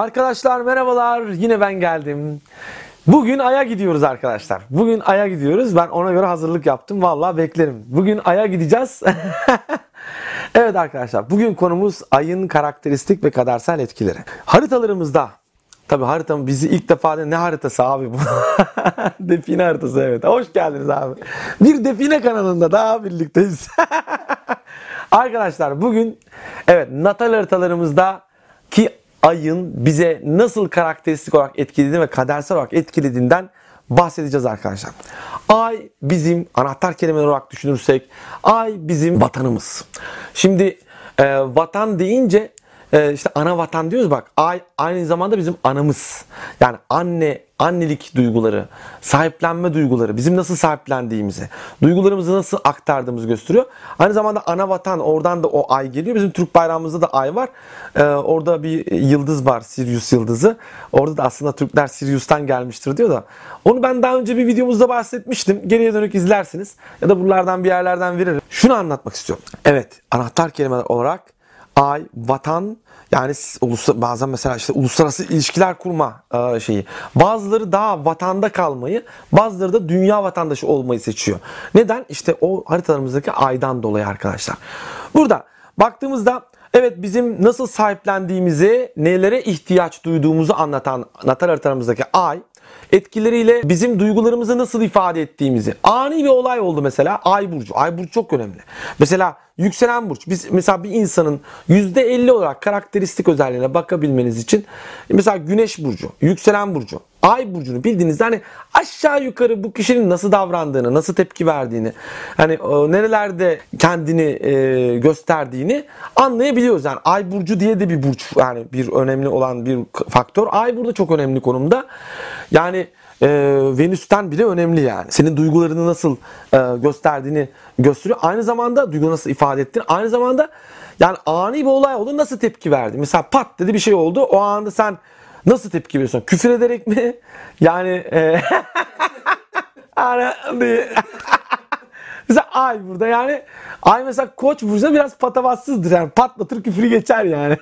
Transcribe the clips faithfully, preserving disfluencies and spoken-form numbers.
Arkadaşlar merhabalar, yine ben geldim. Bugün Ay'a gidiyoruz arkadaşlar. Bugün Ay'a gidiyoruz. Ben ona göre hazırlık yaptım. Vallahi beklerim. Bugün Ay'a gideceğiz. Evet arkadaşlar, bugün konumuz Ay'ın karakteristik ve kadersel etkileri. Haritalarımızda, tabii haritam bizi ilk defa de ne haritası abi bu? Define haritası, evet. Hoş geldiniz abi. Bir define kanalında daha birlikteyiz. Arkadaşlar bugün evet natal haritalarımızda ki Ay'ın bize nasıl karakteristik olarak etkilediğini ve kadersel olarak etkilediğinden bahsedeceğiz arkadaşlar. Ay bizim anahtar kelime olarak düşünürsek Ay bizim vatanımız. Şimdi e, vatan deyince e, işte ana vatan diyoruz, bak Ay aynı zamanda bizim anamız. Yani anne, annelik duyguları, sahiplenme duyguları, bizim nasıl sahiplendiğimizi, duygularımızı nasıl aktardığımızı gösteriyor. Aynı zamanda ana vatan, oradan da o ay geliyor. Bizim Türk bayrağımızda da ay var. Ee, orada bir yıldız var, Sirius yıldızı. Orada da aslında Türkler Sirius'tan gelmiştir diyor da. Onu ben daha önce bir videomuzda bahsetmiştim. Geriye dönük izlersiniz. Ya da buralardan bir yerlerden veririm. Şunu anlatmak istiyorum. Evet, anahtar kelimeler olarak ay, vatan, yani bazen mesela işte uluslararası ilişkiler kurma şeyi. Bazıları daha vatanda kalmayı, bazıları da dünya vatandaşı olmayı seçiyor. Neden? İşte o haritalarımızdaki aydan dolayı arkadaşlar. Burada baktığımızda evet bizim nasıl sahiplendiğimizi, nelere ihtiyaç duyduğumuzu anlatan natal haritalarımızdaki ay etkileriyle bizim duygularımızı nasıl ifade ettiğimizi. Ani bir olay oldu mesela, ay burcu. Ay burcu çok önemli. Mesela yükselen burç. Biz mesela bir insanın yüzde elli olarak karakteristik özelliğine bakabilmeniz için mesela güneş burcu, yükselen burcu, ay burcunu bildiğinizde hani aşağı yukarı bu kişinin nasıl davrandığını, nasıl tepki verdiğini, hani e, nerelerde kendini e, gösterdiğini anlayabiliyoruz. Yani ay burcu diye de bir burç, yani bir önemli olan bir faktör. Ay burada çok önemli konumda. Yani e, Venüs'ten bile önemli yani. Senin duygularını nasıl e, gösterdiğini gösteriyor. Aynı zamanda duygu nasıl ifade ettiğini, aynı zamanda yani ani bir olay oldu, nasıl tepki verdi. Mesela pat dedi bir şey oldu. O anda sen nasıl tepki veriyorsun? Küfür ederek mi? Yani e, mesela ay burada yani ay mesela Koç burcu biraz patavatsızdır yani, patlatır küfürü geçer yani.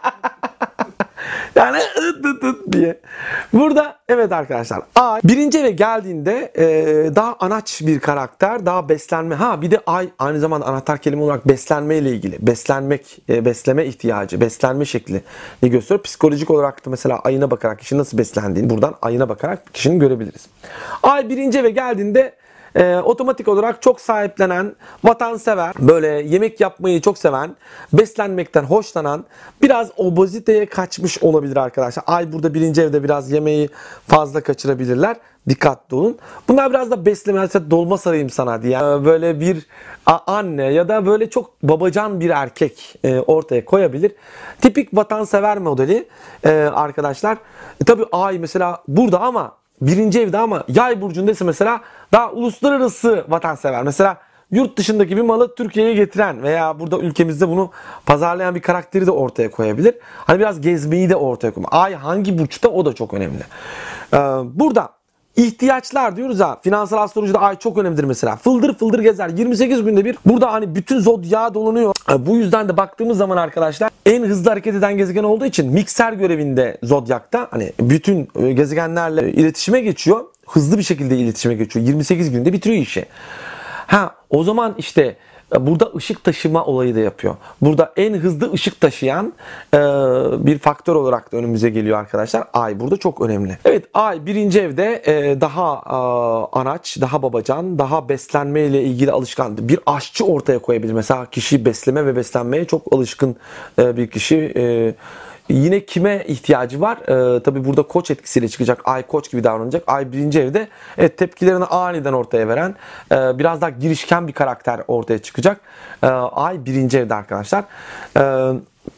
Yani ıt ıt ıt diye. Burada evet arkadaşlar ay birinci eve geldiğinde e, daha anaç bir karakter, daha beslenme. Ha bir de ay aynı zamanda anahtar kelime olarak beslenme ile ilgili. Beslenmek, e, besleme ihtiyacı, beslenme şeklini gösteriyor. Psikolojik olarak da mesela ayına bakarak kişinin nasıl beslendiğini buradan ayına bakarak kişinin görebiliriz. Ay birinci eve geldiğinde Ee, otomatik olarak çok sahiplenen, vatansever, böyle yemek yapmayı çok seven, beslenmekten hoşlanan, biraz obeziteye kaçmış olabilir arkadaşlar. Ay burada birinci evde biraz yemeği fazla kaçırabilirler. Dikkatli olun. Bunlar biraz da besleme, mesela dolma sarayım sana diye böyle bir anne ya da böyle çok babacan bir erkek ortaya koyabilir. Tipik vatansever modeli arkadaşlar. E, tabii ay mesela burada ama birinci evde, ama yay burcundaysa mesela daha uluslararası vatansever. Mesela yurt dışındaki bir malı Türkiye'ye getiren veya burada ülkemizde bunu pazarlayan bir karakteri de ortaya koyabilir. Hani biraz gezmeyi de ortaya koyma. Ay hangi burçta, o da çok önemli. Ee, burada ihtiyaçlar diyoruz ha. Finansal astrolojide ay çok önemlidir mesela. Fıldır fıldır gezer. yirmi sekiz günde bir. Burada hani bütün zodyağa dolanıyor. Bu yüzden de baktığımız zaman arkadaşlar en hızlı hareket eden gezegen olduğu için mikser görevinde zodyakta, hani bütün gezegenlerle iletişime geçiyor. Hızlı bir şekilde iletişime geçiyor. yirmi sekiz günde bitiriyor işi. Ha o zaman işte burada ışık taşıma olayı da yapıyor. Burada en hızlı ışık taşıyan e, bir faktör olarak da önümüze geliyor arkadaşlar. Ay burada çok önemli. Evet, ay birinci evde e, daha e, anaç, daha babacan, daha beslenme ile ilgili alışkan bir aşçı ortaya koyabilir. Mesela kişi besleme ve beslenmeye çok alışkın e, bir kişi. E, Yine kime ihtiyacı var? Ee, tabii burada koç etkisiyle çıkacak. Ay koç gibi davranacak. Ay birinci evde evet, tepkilerini aniden ortaya veren, e, biraz daha girişken bir karakter ortaya çıkacak. E, ay birinci evde arkadaşlar. E,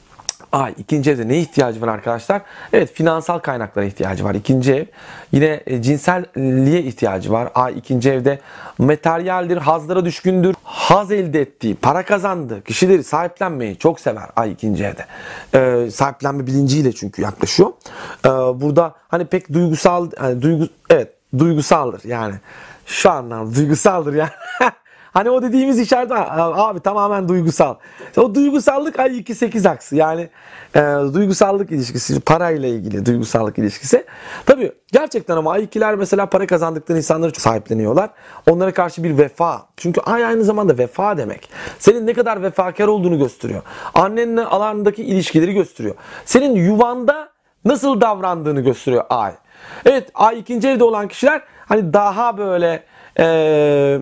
Ay ikinci evde ne ihtiyacı var arkadaşlar? Evet, finansal kaynaklara ihtiyacı var. İkinci ev yine e, cinselliğe ihtiyacı var. Ay ikinci evde materyaldir, hazlara düşkündür. Haz elde ettiği, para kazandığı kişileri sahiplenmeyi çok sever ay ikinci evde. Ee, sahiplenme bilinciyle çünkü yaklaşıyor. Ee, burada hani pek duygusal, hani duygu, evet duygusaldır yani. Şu anlamda duygusaldır yani. Hani o dediğimiz işaret var. Abi tamamen duygusal. O duygusallık ay iki sekiz aksı. Yani e, duygusallık ilişkisi, parayla ilgili duygusallık ilişkisi. Tabii gerçekten ama ay ikiler mesela para kazandıkları insanları çok sahipleniyorlar. Onlara karşı bir vefa. Çünkü ay aynı zamanda vefa demek. Senin ne kadar vefakar olduğunu gösteriyor. Annenle alandaki ilişkileri gösteriyor. Senin yuvanda nasıl davrandığını gösteriyor ay. Evet, ay ikinci evde olan kişiler hani daha böyle e,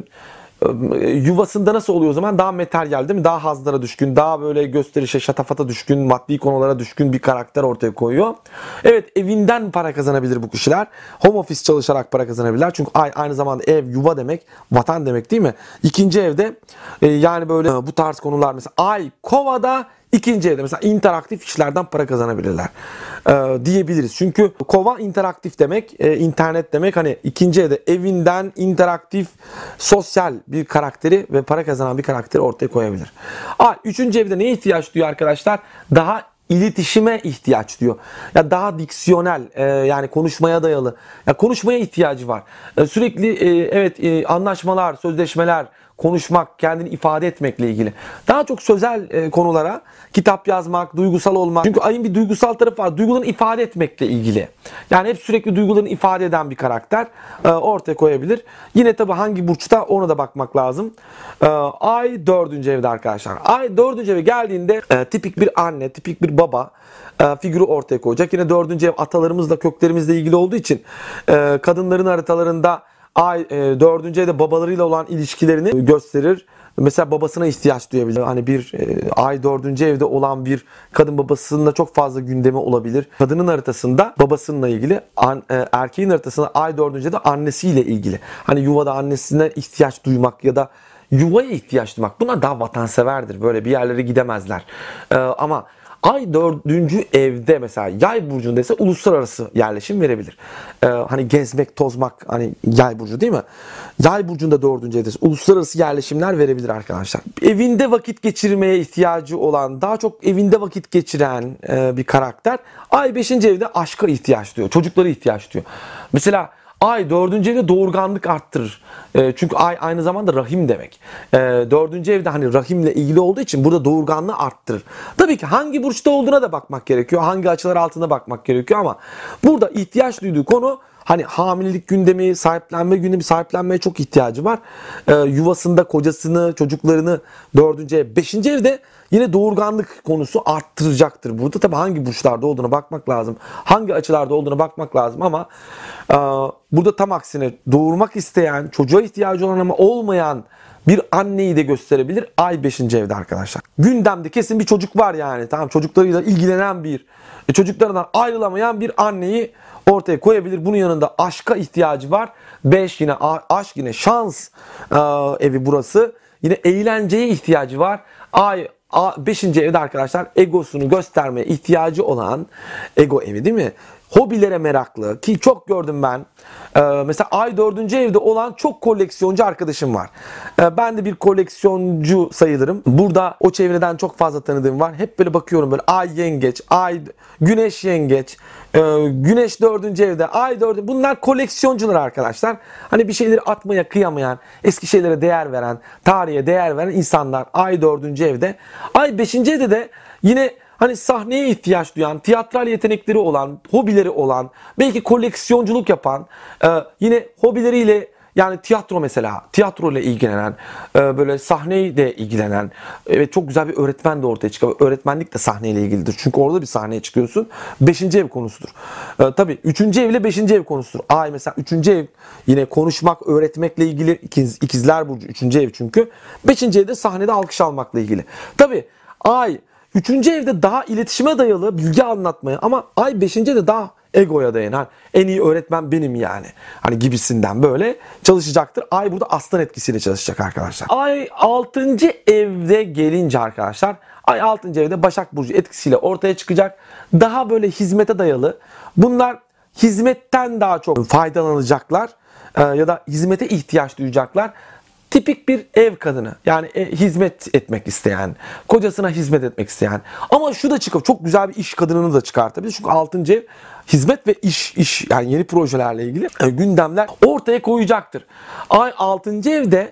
yuvasında nasıl oluyor o zaman? Daha materyal değil mi? Daha hazlara düşkün, daha böyle gösterişe, şatafata düşkün, maddi konulara düşkün bir karakter ortaya koyuyor. Evet, evinden para kazanabilir bu kişiler. Home office çalışarak para kazanabilirler. Çünkü ay aynı zamanda ev, yuva demek, vatan demek değil mi? İkinci evde e, yani böyle bu tarz konular mesela ay kovada İkinci evde mesela interaktif işlerden para kazanabilirler ee, diyebiliriz. Çünkü kova interaktif demek, e, internet demek. Hani ikinci evde evinden interaktif, sosyal bir karakteri ve para kazanan bir karakteri ortaya koyabilir. Aa, üçüncü evde neye ihtiyaç duyuyor arkadaşlar? Daha iletişime ihtiyaç duyuyor. Ya daha diksiyonel, e, yani konuşmaya dayalı. Ya konuşmaya ihtiyacı var. E, sürekli e, evet e, anlaşmalar, sözleşmeler, konuşmak, kendini ifade etmekle ilgili. Daha çok sözel e, konulara kitap yazmak, duygusal olmak. Çünkü ayın bir duygusal tarafı var. Duygularını ifade etmekle ilgili. Yani hep sürekli duygularını ifade eden bir karakter e, ortaya koyabilir. Yine tabii hangi burçta ona da bakmak lazım. E, ay dördüncü evde arkadaşlar. Ay dördüncü eve geldiğinde e, tipik bir anne, tipik bir baba e, figürü ortaya koyacak. Yine dördüncü ev atalarımızla, köklerimizle ilgili olduğu için e, kadınların haritalarında ay e, dördüncü evde babalarıyla olan ilişkilerini gösterir. Mesela babasına ihtiyaç duyabilir. Hani bir e, ay dördüncü evde olan bir kadın babasının da çok fazla gündemi olabilir. Kadının haritasında babasıyla ilgili, an, e, erkeğin haritasında ay dördüncü evde annesiyle ilgili. Hani yuvada annesine ihtiyaç duymak ya da yuvaya ihtiyaç duymak. Buna daha vatanseverdir. Böyle bir yerlere gidemezler. E, ama ay dördüncü evde mesela yay burcunda ise uluslararası yerleşim verebilir. Ee, hani gezmek, tozmak, hani yay burcu değil mi? Yay burcunda dördüncü evde uluslararası yerleşimler verebilir arkadaşlar. Evinde vakit geçirmeye ihtiyacı olan, daha çok evinde vakit geçiren e, bir karakter. Ay beşinci evde aşka ihtiyaç duyuyor, çocuklara ihtiyaç duyuyor. Mesela ay dördüncü evde doğurganlık arttırır. E, çünkü ay aynı zamanda rahim demek. E, dördüncü evde hani rahimle ilgili olduğu için burada doğurganlığı arttırır. Tabii ki hangi burçta olduğuna da bakmak gerekiyor. Hangi açılar altında bakmak gerekiyor ama burada ihtiyaç duyduğu konu hani hamilelik gündemi, sahiplenme gündemi, sahiplenmeye çok ihtiyacı var. E, yuvasında kocasını, çocuklarını dördüncü ev, beşinci evde yine doğurganlık konusu arttıracaktır. Burada tabii hangi burçlarda olduğuna bakmak lazım. Hangi açılarda olduğuna bakmak lazım ama e, burada tam aksine doğurmak isteyen, çocuğa ihtiyacı olan ama olmayan bir anneyi de gösterebilir. Ay beşinci evde arkadaşlar. Gündemde kesin bir çocuk var yani. Tamam, çocuklarıyla ilgilenen bir, e, çocuklarından ayrılamayan bir anneyi ortaya koyabilir. Bunun yanında aşka ihtiyacı var. beş yine aşk, yine şans e, evi burası. Yine eğlenceye ihtiyacı var. Ay beşinci evde arkadaşlar egosunu göstermeye ihtiyacı olan ego evi değil mi? Hobilere meraklı ki çok gördüm ben. Ee, mesela ay dördüncü evde olan çok koleksiyoncu arkadaşım var. Ee, ben de bir koleksiyoncu sayılırım. Burada o çevreden çok fazla tanıdığım var. Hep böyle bakıyorum böyle ay yengeç, ay güneş yengeç, e, güneş dördüncü evde, ay dördüncü. Bunlar koleksiyoncular arkadaşlar. Hani bir şeyleri atmaya kıyamayan, eski şeylere değer veren, tarihe değer veren insanlar ay dördüncü evde. Ay beşinci evde de yine hani sahneye ihtiyaç duyan, tiyatral yetenekleri olan, hobileri olan, belki koleksiyonculuk yapan, e, yine hobileriyle yani tiyatro mesela, tiyatro ile ilgilenen, e, böyle sahneyle ilgilenen, evet çok güzel bir öğretmen de ortaya çıkıyor. Öğretmenlik de sahneyle ilgilidir. Çünkü orada bir sahneye çıkıyorsun. Beşinci ev konusudur. E, tabii üçüncü ev ile beşinci ev konusudur. Ay mesela üçüncü ev yine konuşmak, öğretmekle ilgili, ikiz, ikizler burcu üçüncü ev çünkü. Beşinci evde sahnede alkış almakla ilgili. Tabii ay üçüncü evde daha iletişime dayalı, bilgi anlatmaya, ama ay beşinci evde daha egoya dayanan, en iyi öğretmen benim yani. Hani gibisinden böyle çalışacaktır. Ay burada aslan etkisiyle çalışacak arkadaşlar. Ay altıncı evde gelince arkadaşlar, ay altıncı evde Başak Burcu etkisiyle ortaya çıkacak. Daha böyle hizmete dayalı. Bunlar hizmetten daha çok faydalanacaklar ya da hizmete ihtiyaç duyacaklar. Tipik bir ev kadını, yani e, hizmet etmek isteyen, kocasına hizmet etmek isteyen, ama şu da çıkıyor, çok güzel bir iş kadınını da çıkartabilir. Çünkü altıncı ev hizmet ve iş, iş yani yeni projelerle ilgili e, gündemler ortaya koyacaktır. Ay altıncı evde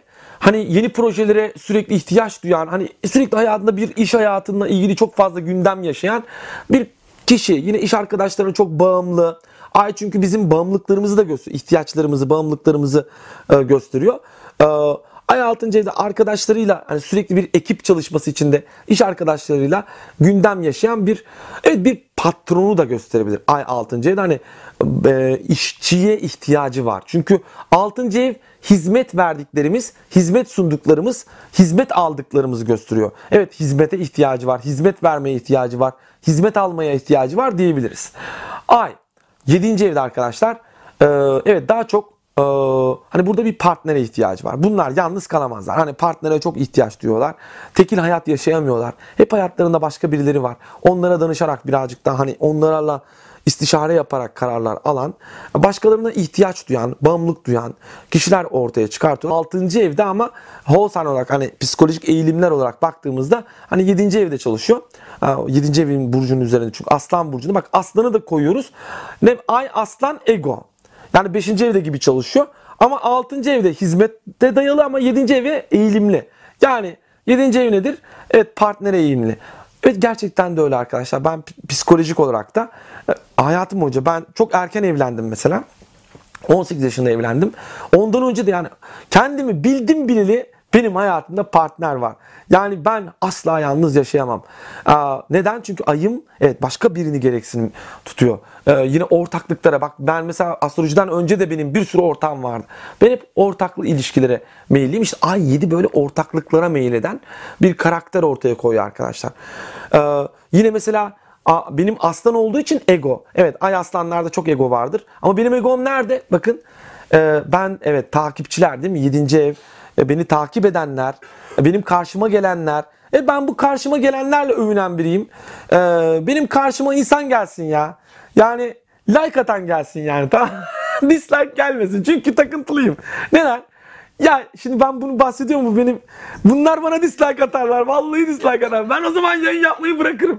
hani yeni projelere sürekli ihtiyaç duyan, hani sürekli hayatında bir iş hayatıyla ilgili çok fazla gündem yaşayan bir kişi. Yine iş arkadaşlarına çok bağımlı. Ay çünkü bizim bağımlılıklarımızı da gösteriyor. İhtiyaçlarımızı, bağımlılıklarımızı e, gösteriyor. E, Ay altıncı evde arkadaşlarıyla hani sürekli bir ekip çalışması içinde iş arkadaşlarıyla gündem yaşayan bir evet bir patronu da gösterebilir. Ay altıncı evde hani e, işçiye ihtiyacı var. Çünkü altıncı ev hizmet verdiklerimiz, hizmet sunduklarımız, hizmet aldıklarımızı gösteriyor. Evet hizmete ihtiyacı var, hizmet vermeye ihtiyacı var, hizmet almaya ihtiyacı var diyebiliriz. Ay yedinci evde arkadaşlar e, evet daha çok Ee, hani burada bir partnere ihtiyacı var. Bunlar yalnız kalamazlar. Hani partnere çok ihtiyaç duyuyorlar. Tekil hayat yaşayamıyorlar. Hep hayatlarında başka birileri var. Onlara danışarak birazcık daha hani onlarla istişare yaparak kararlar alan, başkalarına ihtiyaç duyan, bağımlılık duyan kişiler ortaya çıkartıyor. altıncı evde ama wholesale olarak hani psikolojik eğilimler olarak baktığımızda hani yedinci evde çalışıyor. yedinci evin burcunun üzerinde çünkü Aslan burcunu. Bak Aslan'ı da koyuyoruz. Ne Ay Aslan ego. Yani beşinci evde gibi çalışıyor. Ama altıncı evde hizmette dayalı ama yedinci eve eğilimli. Yani yedinci ev nedir? Evet partnere eğilimli. Evet gerçekten de öyle arkadaşlar. Ben psikolojik olarak da hayatım boyunca ben çok erken evlendim mesela. on sekiz yaşında evlendim. Ondan önce de yani kendimi bildim bileli benim hayatımda partner var. Yani ben asla yalnız yaşayamam. Aa, neden? Çünkü ayım evet başka birini gereksinim tutuyor. Ee, yine ortaklıklara bak ben mesela astrolojiden önce de benim bir sürü ortağım vardı. Ben hep ortaklı ilişkilere meyilliyim. İşte ay yedi böyle ortaklıklara meyil eden bir karakter ortaya koyuyor arkadaşlar. Ee, yine mesela benim aslan olduğu için ego. Evet ay aslanlarda çok ego vardır. Ama benim egom nerede? Bakın e, ben evet takipçiler değil mi? yedinci ev. Beni takip edenler, benim karşıma gelenler. E ben bu karşıma gelenlerle övünen biriyim. E, benim karşıma insan gelsin ya. Yani like atan gelsin yani. Tamam. Dislike gelmesin. Çünkü takıntılıyım. Neden? Ya şimdi ben bunu bahsediyorum bu benim. Bunlar bana dislike atarlar. Vallahi dislike atar. Ben o zaman yayın yapmayı bırakırım.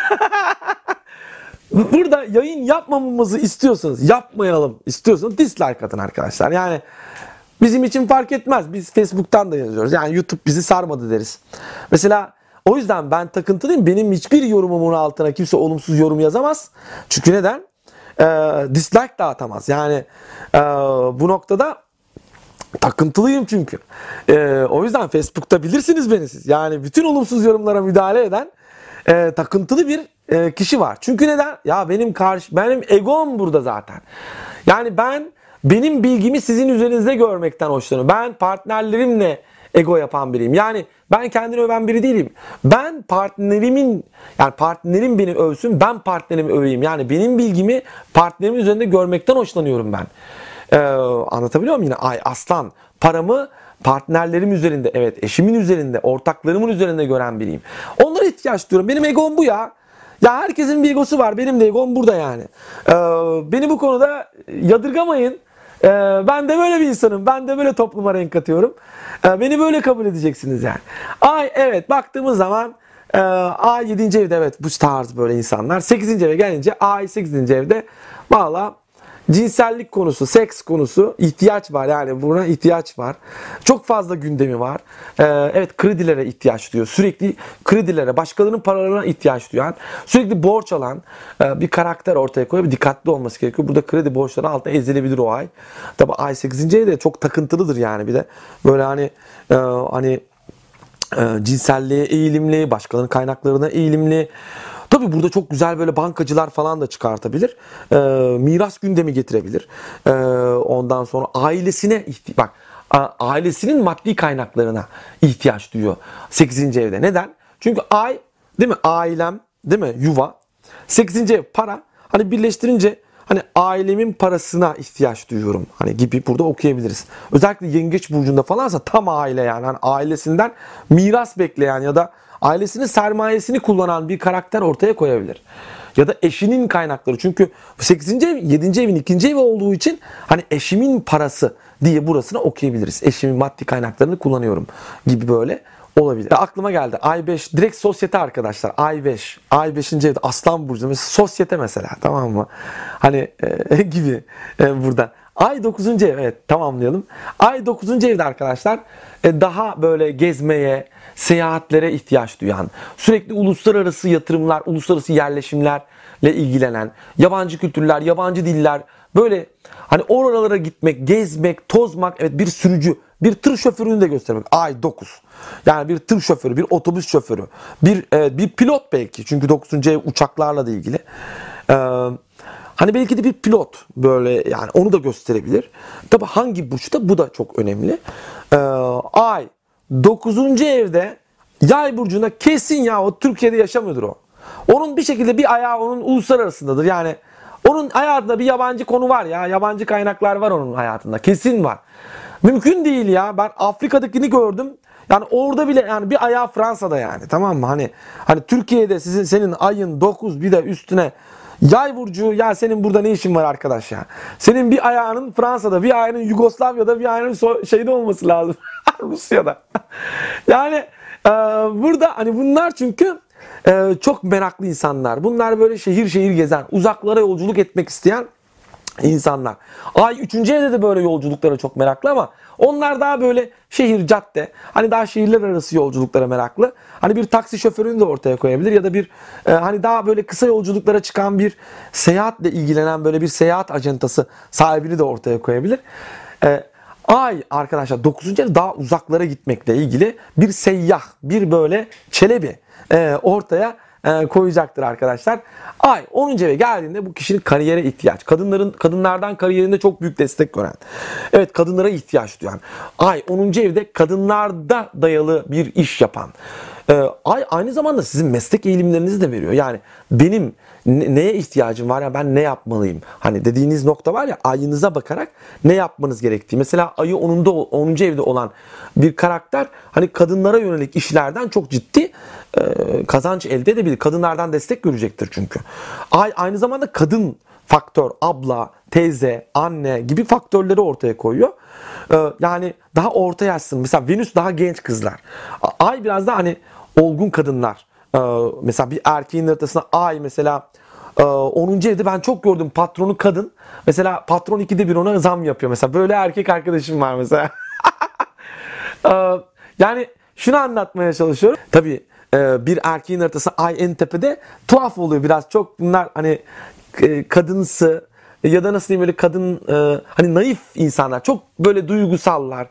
Burada yayın yapmamamızı istiyorsanız, yapmayalım istiyorsanız dislike atın arkadaşlar. Yani bizim için fark etmez. Biz Facebook'tan da yazıyoruz. Yani YouTube bizi sarmadı deriz. Mesela o yüzden ben takıntılıyım. Benim hiçbir yorumumun altına kimse olumsuz yorum yazamaz. Çünkü neden? Ee, dislike de atamaz. Yani e, bu noktada takıntılıyım çünkü. Ee, o yüzden Facebook'ta bilirsiniz beni siz. Yani bütün olumsuz yorumlara müdahale eden e, takıntılı bir e, kişi var. Çünkü neden? Ya benim karşı benim egom burada zaten. Yani ben benim bilgimi sizin üzerinizde görmekten hoşlanıyorum. Ben partnerlerimle ego yapan biriyim. Yani ben kendini öven biri değilim. Ben partnerimin yani partnerim beni övsün, ben partnerimi öveyim. Yani benim bilgimi partnerimin üzerinde görmekten hoşlanıyorum ben. Ee, anlatabiliyor muyum yine? Ay aslan paramı partnerlerim üzerinde, evet eşimin üzerinde, ortaklarımın üzerinde gören biriyim. Onlara ihtiyaç duyuyorum. Benim egom bu ya. Ya herkesin bir egosu var. Benim de egom burada yani. Ee, beni bu konuda yadırgamayın. Ee, ben de böyle bir insanım. Ben de böyle topluma renk katıyorum. Ee, beni böyle kabul edeceksiniz yani. Ay evet baktığımız zaman e, Ay yedinci evde evet bu tarz böyle insanlar. sekizinci eve gelince Ay sekizinci evde valla cinsellik konusu, seks konusu ihtiyaç var. Yani buna ihtiyaç var. Çok fazla gündemi var. Ee, evet kredilere ihtiyaç duyuyor. Sürekli kredilere, başkalarının paralarına ihtiyaç duyan, sürekli borç alan e, bir karakter ortaya koyuyor. Dikkatli olması gerekiyor. Burada kredi borçları altında ezilebilir o ay. Tabi ay sekizinci evde çok takıntılıdır yani. Bir de böyle hani e, hani e, cinselliğe eğilimli, başkalarının kaynaklarına eğilimli. Tabii burada çok güzel böyle bankacılar falan da çıkartabilir. E, miras gündemi getirebilir. E, ondan sonra ailesine bak ailesinin maddi kaynaklarına ihtiyaç duyuyor sekizinci evde. Neden? Çünkü ay değil mi? Ailem değil mi? Yuva. sekizinci ev para. Hani birleştirince hani ailemin parasına ihtiyaç duyuyorum. Hani gibi burada okuyabiliriz. Özellikle yengeç burcunda falansa tam aile yani. Hani ailesinden miras bekleyen ya da ailesinin sermayesini kullanan bir karakter ortaya koyabilir. Ya da eşinin kaynakları. Çünkü sekizinci ev yedinci evin ikinci evi olduğu için hani eşimin parası diye burasına okuyabiliriz. Eşimin maddi kaynaklarını kullanıyorum gibi böyle olabilir. E, aklıma geldi. Ay beş direkt sosyete arkadaşlar. Ay beş. Ay beşinci evde Aslan burcu. Mesela sosyete mesela tamam mı? Hani e, gibi e, burada. Ay dokuzuncu ev, evet, tamamlayalım. Ay dokuzuncu evde arkadaşlar e, daha böyle gezmeye, seyahatlere ihtiyaç duyan, sürekli uluslararası yatırımlar, uluslararası yerleşimlerle ilgilenen, yabancı kültürler, yabancı diller, böyle hani oralara gitmek, gezmek, tozmak, evet, bir sürücü, bir tır şoförünü de göstermek. Ay dokuz. Yani bir tır şoförü, bir otobüs şoförü, bir e, bir pilot belki. Çünkü dokuzuncu ev uçaklarla da ilgili. Eee Hani belki de bir pilot, böyle yani onu da gösterebilir. Tabi hangi burçta, bu da çok önemli. Ee, ay dokuzuncu evde Yay burcunda kesin, ya o Türkiye'de yaşamıyordur o. Onun bir şekilde bir ayağı onun uluslararasındadır. Yani onun hayatında bir yabancı konu var ya. Yabancı kaynaklar var onun hayatında. Kesin var. Mümkün değil ya. Ben Afrika'dakini gördüm. Yani orada bile yani bir ayağı Fransa'da yani. Tamam mı? Hani hani Türkiye'de sizin senin ayın dokuz, bir de üstüne Yay burcu, ya senin burada ne işin var arkadaş ya? Senin bir ayağının Fransa'da, bir ayağının Yugoslavya'da, bir ayağının so- şeyde olması lazım. Rusya'da. Yani e, burada hani bunlar çünkü e, çok meraklı insanlar. Bunlar böyle şehir şehir gezen, uzaklara yolculuk etmek isteyen insanlar. Ay üçüncü evde de böyle yolculuklara çok meraklı ama onlar daha böyle şehir, cadde, hani daha şehirler arası yolculuklara meraklı. Hani bir taksi şoförünü de ortaya koyabilir ya da bir e, hani daha böyle kısa yolculuklara çıkan bir seyahatle ilgilenen böyle bir seyahat acentası sahibini de ortaya koyabilir. E, Ay arkadaşlar dokuzuncu ev daha uzaklara gitmekle ilgili bir seyyah, bir böyle çelebi e, ortaya e, koyacaktır arkadaşlar. Ay onuncu eve geldiğinde bu kişinin kariyere ihtiyaç. Kadınların kadınlardan kariyerinde çok büyük destek gören. Evet, kadınlara ihtiyaç duyan. Ay onuncu evde kadınlarda dayalı bir iş yapan. E, ay aynı zamanda sizin meslek eğilimlerinizi de veriyor. Yani benim ne, neye ihtiyacım var ya, ben ne yapmalıyım? Hani dediğiniz nokta var ya, ayınıza bakarak ne yapmanız gerektiği. Mesela ayı onunda onuncu evde olan bir karakter hani kadınlara yönelik işlerden çok ciddi e, kazanç elde edebilir. Kadınlardan destek görecektir çünkü. Ay aynı zamanda kadın faktör, abla, teyze, anne gibi faktörleri ortaya koyuyor. E, yani daha orta yaşsın. Mesela Venüs daha genç kızlar. Ay biraz da hani olgun kadınlar. E, mesela bir erkeğin haritasına ay mesela e, onuncu evde ben çok gördüm, patronu kadın. Mesela patron ikide bir ona zam yapıyor. Mesela böyle erkek arkadaşım var mesela. e, yani şunu anlatmaya çalışıyorum. Tabii bir erkeğin haritası ay en tepede tuhaf oluyor biraz. Çok bunlar hani kadınsı ya da nasıl diyeyim, böyle kadın hani naif insanlar. Çok böyle duygusallar.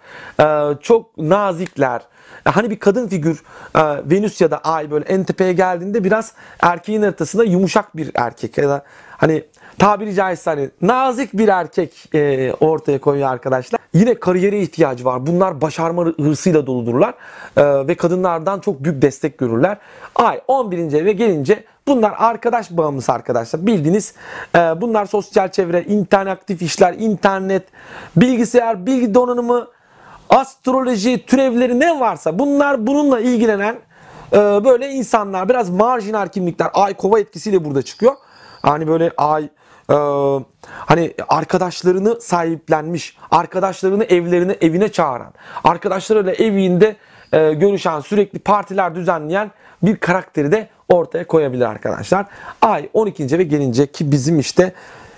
Çok nazikler. Hani bir kadın figür Venüs ya da ay böyle en tepeye geldiğinde biraz erkeğin haritasında yumuşak bir erkek ya da hani tabiri caizse hani nazik bir erkek e, ortaya koyuyor arkadaşlar. Yine kariyere ihtiyacı var. Bunlar başarma hırsıyla doludurlar. E, ve kadınlardan çok büyük destek görürler. Ay on birinci eve gelince bunlar arkadaş bağımlısı arkadaşlar. Bildiğiniz e, bunlar sosyal çevre, interaktif işler, internet, bilgisayar, bilgi donanımı, astroloji türevleri ne varsa bunlar bununla ilgilenen e, böyle insanlar. Biraz marjinal kimlikler. Ay kova etkisiyle burada çıkıyor. Hani böyle ay Ee, hani arkadaşlarını sahiplenmiş, arkadaşlarını evlerine evine çağıran, arkadaşlarıyla evinde e, görüşen, sürekli partiler düzenleyen bir karakteri de ortaya koyabilir arkadaşlar. Ay on ikinci eve gelince, ki bizim işte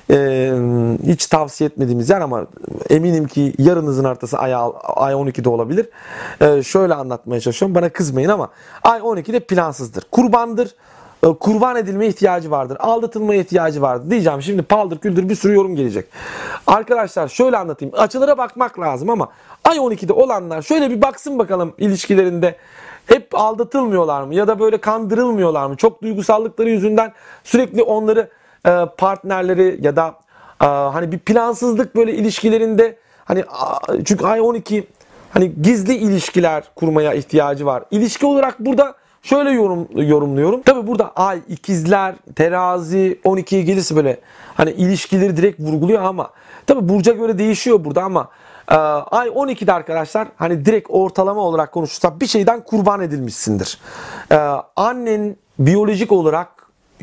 e, hiç tavsiye etmediğimiz yer ama eminim ki yarınızın haritası ay, ay on ikide olabilir. E, şöyle anlatmaya çalışıyorum, bana kızmayın ama ay on ikide plansızdır, kurbandır. Kurban edilme ihtiyacı vardır. Aldatılmaya ihtiyacı vardır. Diyeceğim şimdi, paldır küldür bir sürü yorum gelecek. Arkadaşlar şöyle anlatayım. Açılara bakmak lazım ama ay on ikide olanlar şöyle bir baksın bakalım ilişkilerinde. Hep aldatılmıyorlar mı? Ya da böyle kandırılmıyorlar mı? Çok duygusallıkları yüzünden sürekli onları partnerleri ya da hani bir plansızlık böyle ilişkilerinde, hani çünkü ay on iki hani gizli ilişkiler kurmaya ihtiyacı var. İlişki olarak burada şöyle yorum, yorumluyorum. Tabi burada ay, ikizler, terazi, on ikiye gelirse böyle hani ilişkileri direkt vurguluyor ama tabi burca göre değişiyor burada ama e, ay on ikide arkadaşlar hani direkt ortalama olarak konuşursak bir şeyden kurban edilmişsindir. E, annen biyolojik olarak e,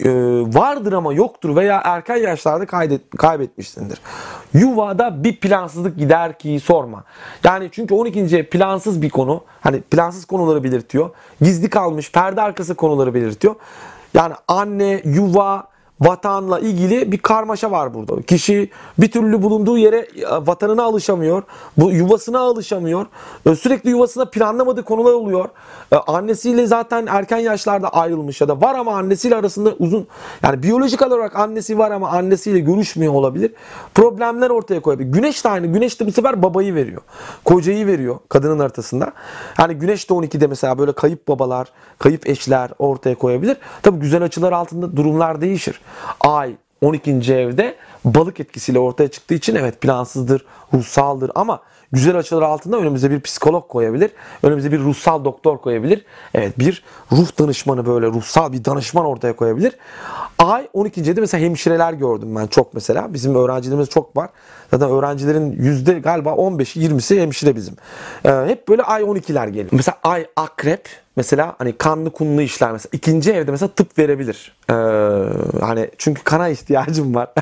vardır ama yoktur veya erken yaşlarda kaydet, kaybetmişsindir. Yuvada bir plansızlık gider ki sorma. Yani çünkü on ikinci plansız bir konu. Hani plansız konuları belirtiyor. Gizli kalmış, perde arkası konuları belirtiyor. Yani anne, yuva, vatanla ilgili bir karmaşa var burada. Kişi bir türlü bulunduğu yere, vatanına alışamıyor. Bu yuvasına alışamıyor. Sürekli yuvasına planlamadığı konular oluyor. Annesiyle zaten erken yaşlarda ayrılmış ya da var ama annesiyle arasında uzun, yani biyolojik olarak annesi var ama annesiyle görüşmüyor olabilir. Problemler ortaya koyabilir. Güneş de aynı. Güneş de bu sefer babayı veriyor. Kocayı veriyor kadının haritasında. Yani Güneş de on ikide mesela böyle kayıp babalar, kayıp eşler ortaya koyabilir. Tabii güzel açılar altında durumlar değişir. Ay on ikinci evde balık etkisiyle ortaya çıktığı için evet plansızdır, ruhsaldır ama güzel açılar altında önümüze bir psikolog koyabilir. Önümüze bir ruhsal doktor koyabilir. Evet, bir ruh danışmanı, böyle ruhsal bir danışman ortaya koyabilir. Ay on ikinci evde mesela hemşireler gördüm ben çok mesela. Bizim öğrencilerimiz çok var. Zaten öğrencilerin yüzde galiba on beşi yirmisi hemşire bizim. Ee, hep böyle ay on ikiler geliyor. Mesela ay akrep mesela hani kanlı kunlu işler mesela. İkinci evde mesela tıp verebilir. Ee, hani çünkü kana ihtiyacım var.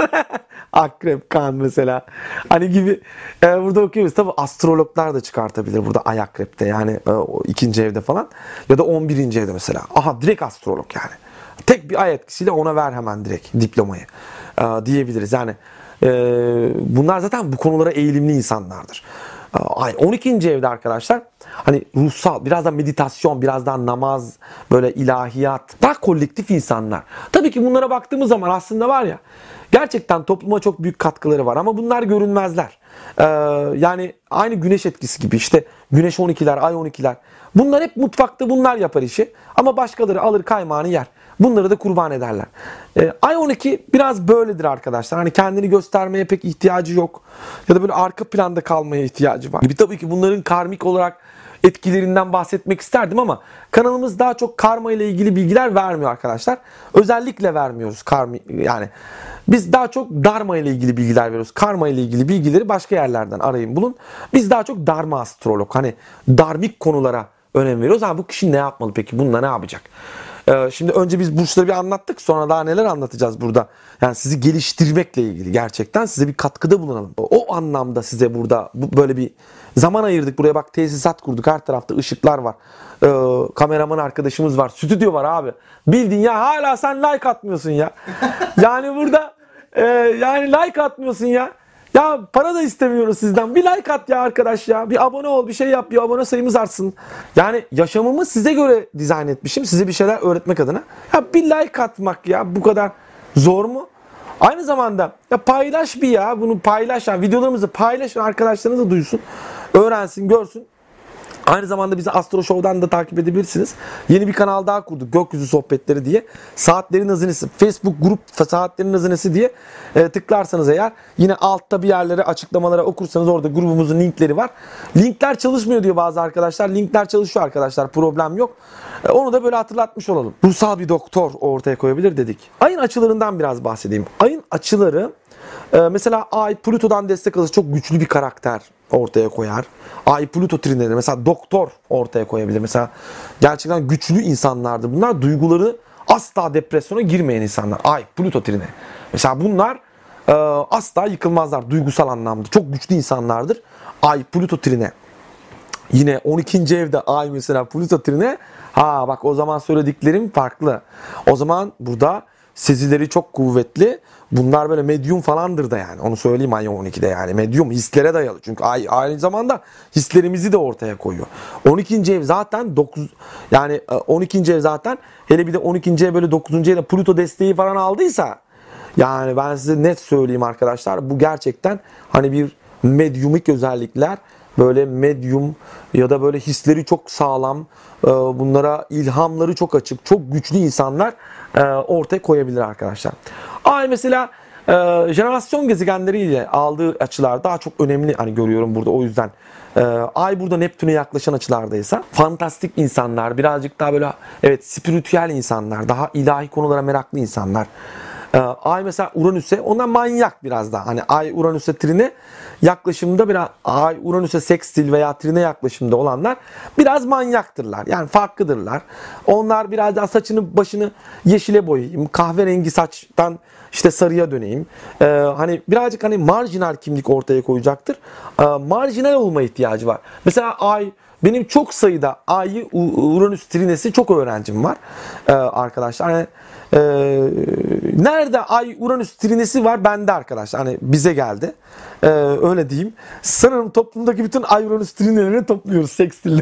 Akrep, kan mesela. Hani gibi e, burada okuyoruz. Tabii astrologlar da çıkartabilir burada ay akrepte. Yani e, o ikinci evde falan. Ya da on birinci evde mesela. Aha, direkt astrolog yani. Tek bir ay etkisiyle ona ver hemen direkt diplomayı e, diyebiliriz. Yani e, bunlar zaten bu konulara eğilimli insanlardır. E, ay on ikinci evde arkadaşlar hani ruhsal, biraz da meditasyon, biraz daha namaz, böyle ilahiyat, daha kolektif insanlar. Tabii ki bunlara baktığımız zaman aslında var ya, gerçekten topluma çok büyük katkıları var ama bunlar görünmezler. Ee, yani aynı güneş etkisi gibi, işte güneş on ikiler, ay on ikiler. Bunlar hep mutfakta, bunlar yapar işi ama başkaları alır kaymağını yer. Bunları da kurban ederler. Ee, ay on iki biraz böyledir arkadaşlar. Hani kendini göstermeye pek ihtiyacı yok. Ya da böyle arka planda kalmaya ihtiyacı var. Gibi tabii ki bunların karmik olarak etkilerinden bahsetmek isterdim ama kanalımız daha çok karma ile ilgili bilgiler vermiyor arkadaşlar. Özellikle vermiyoruz karmi, yani biz daha çok dharma ile ilgili bilgiler veriyoruz. Karma ile ilgili bilgileri başka yerlerden arayın bulun. Biz daha çok dharma astrolog, hani dharmik konulara önem veriyoruz. Ha, bu kişi ne yapmalı peki? Bununla ne yapacak? Ee, şimdi önce biz burçları bir anlattık. Sonra daha neler anlatacağız burada? Yani sizi geliştirmekle ilgili gerçekten size bir katkıda bulunalım. O anlamda size burada bu, böyle bir zaman ayırdık. Buraya bak, tesisat kurduk. Her tarafta ışıklar var. Ee, kameraman arkadaşımız var. Stüdyo var abi. Bildin ya, hala sen like atmıyorsun ya. Yani burada e, yani like atmıyorsun ya. Ya para da istemiyoruz sizden. Bir like at ya arkadaş ya. Bir abone ol, bir şey yap, bir abone sayımız artsın. Yani yaşamımı size göre dizayn etmişim. Size bir şeyler öğretmek adına. Ya bir like atmak ya, bu kadar zor mu? Aynı zamanda ya paylaş bir ya. Bunu paylaş. Yani videolarımızı paylaşın, arkadaşlarınız da duysun. Öğrensin, görsün. Aynı zamanda bizi Astro Show'dan da takip edebilirsiniz. Yeni bir kanal daha kurduk. Gökyüzü Sohbetleri diye. Saatlerin Hazinesi. Facebook grup Saatlerin Hazinesi diye e, tıklarsanız eğer, yine altta bir yerlere, açıklamalara okursanız orada grubumuzun linkleri var. Linkler çalışmıyor diyor bazı arkadaşlar. Linkler çalışıyor arkadaşlar. Problem yok. E, onu da böyle hatırlatmış olalım. Ruhsal bir doktor ortaya koyabilir dedik. Ayın açılarından biraz bahsedeyim. Ayın açıları, mesela Ay Plüto'dan destek alırsa çok güçlü bir karakter ortaya koyar. Ay Plüto trinleri mesela doktor ortaya koyabilir. Mesela gerçekten güçlü insanlardır. Bunlar duyguları asla depresyona girmeyen insanlar. Ay Plüto trini. Mesela bunlar e, asla yıkılmazlar duygusal anlamda. Çok güçlü insanlardır. Ay Plüto trine. Yine on ikinci evde Ay mesela Plüto trine. Ha bak, o zaman söylediklerim farklı. O zaman burada sezileri çok kuvvetli. Bunlar böyle medyum falandır da yani. Onu söyleyeyim ay on ikide yani. Medyum, hislere dayalı. Çünkü ay aynı zamanda hislerimizi de ortaya koyuyor. on ikinci ev zaten dokuz, yani on ikinci ev zaten, hele bir de on ikinci ev böyle dokuzuncu evde Plüto desteği falan aldıysa, yani ben size net söyleyeyim arkadaşlar, bu gerçekten hani bir medyumik özellikler, böyle medyum ya da böyle hisleri çok sağlam, bunlara ilhamları çok açık, çok güçlü insanlar ortaya koyabilir arkadaşlar. Ay mesela e, jenerasyon gezegenleriyle aldığı açılar daha çok önemli hani görüyorum burada, o yüzden. E, Ay burada Neptün'e yaklaşan açılardaysa fantastik insanlar, birazcık daha böyle evet spiritüel insanlar, daha ilahi konulara meraklı insanlar. E, Ay mesela Uranüs'e, ondan manyak biraz daha. Hani Ay Uranüs'e trine yaklaşımda, biraz Ay Uranüs'e sekstil veya trine yaklaşımda olanlar biraz manyaktırlar. Yani farklıdırlar. Onlar biraz daha saçını başını yeşile boyayayım, kahverengi saçtan işte sarıya döneyim. Ee, hani birazcık hani marjinal kimlik ortaya koyacaktır. Ee, marjinal olma ihtiyacı var. Mesela Ay, benim çok sayıda Ay'ı Uranüs trinesi çok öğrencim var ee, arkadaşlar. Yani, e, Nerede Ay Uranüs trinesi var? Bende arkadaşlar. Hani bize geldi. Ee, öyle diyeyim. Sanırım toplumdaki bütün Ay Uranüs trinelerini topluyoruz sekstilleri.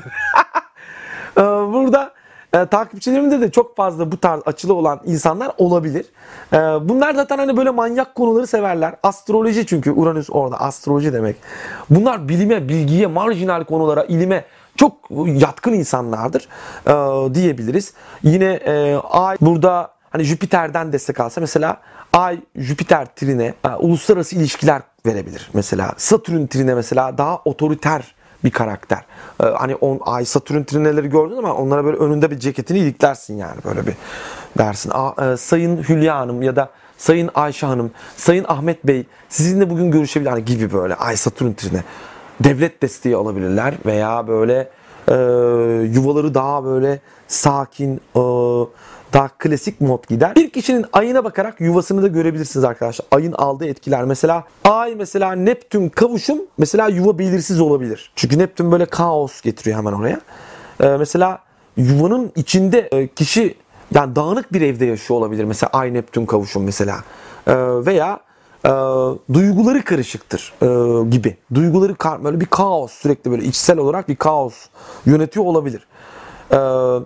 ee, burada e, takipçilerimde de çok fazla bu tarz açılı olan insanlar olabilir. Ee, bunlar zaten hani böyle manyak konuları severler. Astroloji, çünkü Uranüs orada astroloji demek. Bunlar bilime, bilgiye, marjinal konulara, ilime çok yatkın insanlardır e, diyebiliriz. Yine e, Ay burada hani Jüpiter'den destek alsa, mesela Ay Jüpiter trine e, uluslararası ilişkiler verebilir. Mesela Satürn trine mesela daha otoriter bir karakter. E, hani on, Ay Satürn trineleri gördün ama onlara böyle önünde bir ceketini iliklersin yani, böyle bir dersin. A, e, Sayın Hülya Hanım ya da Sayın Ayşe Hanım, Sayın Ahmet Bey sizinle bugün görüşebilir hani gibi, böyle Ay Satürn trine. Devlet desteği alabilirler veya böyle e, yuvaları daha böyle sakin, e, daha klasik mod gider. Bir kişinin ayına bakarak yuvasını da görebilirsiniz arkadaşlar. Ayın aldığı etkiler. Mesela Ay mesela Neptün kavuşum, mesela yuva belirsiz olabilir. Çünkü Neptün böyle kaos getiriyor hemen oraya. E, mesela yuvanın içinde e, kişi yani dağınık bir evde yaşıyor olabilir. Mesela Ay Neptün kavuşum mesela. E, veya E, duyguları karışıktır e, gibi. Duyguları böyle bir kaos, sürekli böyle içsel olarak bir kaos yönetiyor olabilir. E,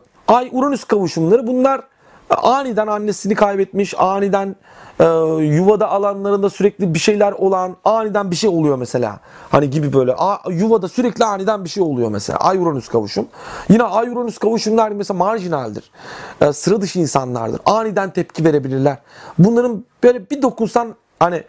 Ay Uranüs kavuşumları, bunlar aniden annesini kaybetmiş, aniden e, yuvada alanlarında sürekli bir şeyler olan, aniden bir şey oluyor mesela. Hani gibi böyle a, yuvada sürekli aniden bir şey oluyor mesela. Ay Uranüs kavuşum. Yine Ay Uranüs kavuşumlar mesela marjinaldir. E, sıra dışı insanlardır. Aniden tepki verebilirler. Bunların böyle bir dokunsan hani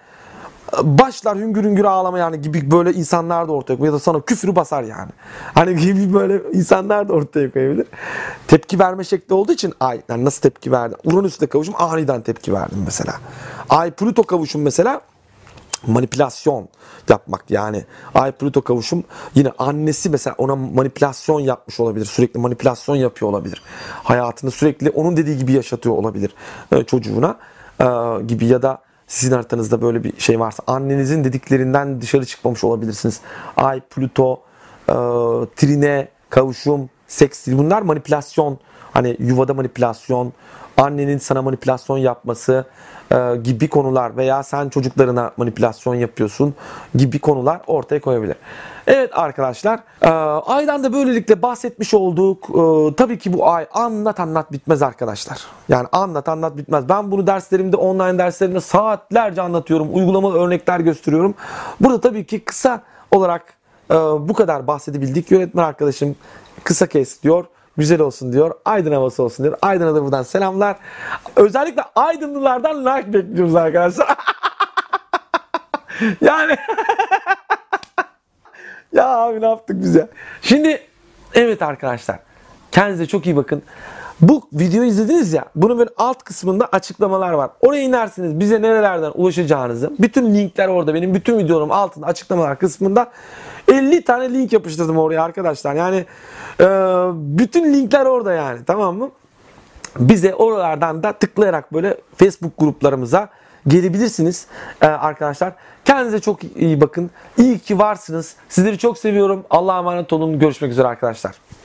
başlar hüngür hüngür ağlama yani gibi böyle insanlar da ortaya koyuyor. Ya da sana küfürü basar yani. Hani gibi böyle insanlar da ortaya koyabilir. Tepki verme şekli olduğu için Ay yani nasıl tepki verdi? Uranüs'le kavuşum aniden tepki verdim mesela. Ay Plüto kavuşum mesela manipülasyon yapmak yani. Ay Plüto kavuşum yine annesi mesela ona manipülasyon yapmış olabilir. Sürekli manipülasyon yapıyor olabilir. Hayatını sürekli onun dediği gibi yaşatıyor olabilir çocuğuna gibi. Ya da sizin haritanızda böyle bir şey varsa annenizin dediklerinden dışarı çıkmamış olabilirsiniz. Ay, Plüto, e, trine, kavuşum, sekstil, bunlar manipülasyon. Hani yuvada manipülasyon, annenin sana manipülasyon yapması e, gibi konular veya sen çocuklarına manipülasyon yapıyorsun gibi konular ortaya koyabilir. Evet arkadaşlar, e, aydan da böylelikle bahsetmiş olduk. E, tabii ki bu ay anlat anlat bitmez arkadaşlar. Yani anlat anlat bitmez. Ben bunu derslerimde, online derslerimde saatlerce anlatıyorum. Uygulamalı örnekler gösteriyorum. Burada tabii ki kısa olarak e, bu kadar bahsedebildik. Yönetmen arkadaşım kısa kes diyor. Güzel olsun diyor. Aydın havası olsun diyor. Aydın'a da buradan selamlar. Özellikle Aydınlılardan like bekliyoruz arkadaşlar. Yani ya abi ne yaptık biz ya. Şimdi evet arkadaşlar, kendinize çok iyi bakın. Bu videoyu izlediniz ya, bunun böyle alt kısmında açıklamalar var. Oraya inersiniz, bize nerelerden ulaşacağınızı. Bütün linkler orada. Benim bütün videolarım altında açıklamalar kısmında. elli tane link yapıştırdım oraya arkadaşlar. Yani e, bütün linkler orada yani, tamam mı? Bize oralardan da tıklayarak böyle Facebook gruplarımıza gelebilirsiniz ee, arkadaşlar. Kendinize çok iyi bakın. İyi ki varsınız. Sizleri çok seviyorum. Allah'a emanet olun. Görüşmek üzere arkadaşlar.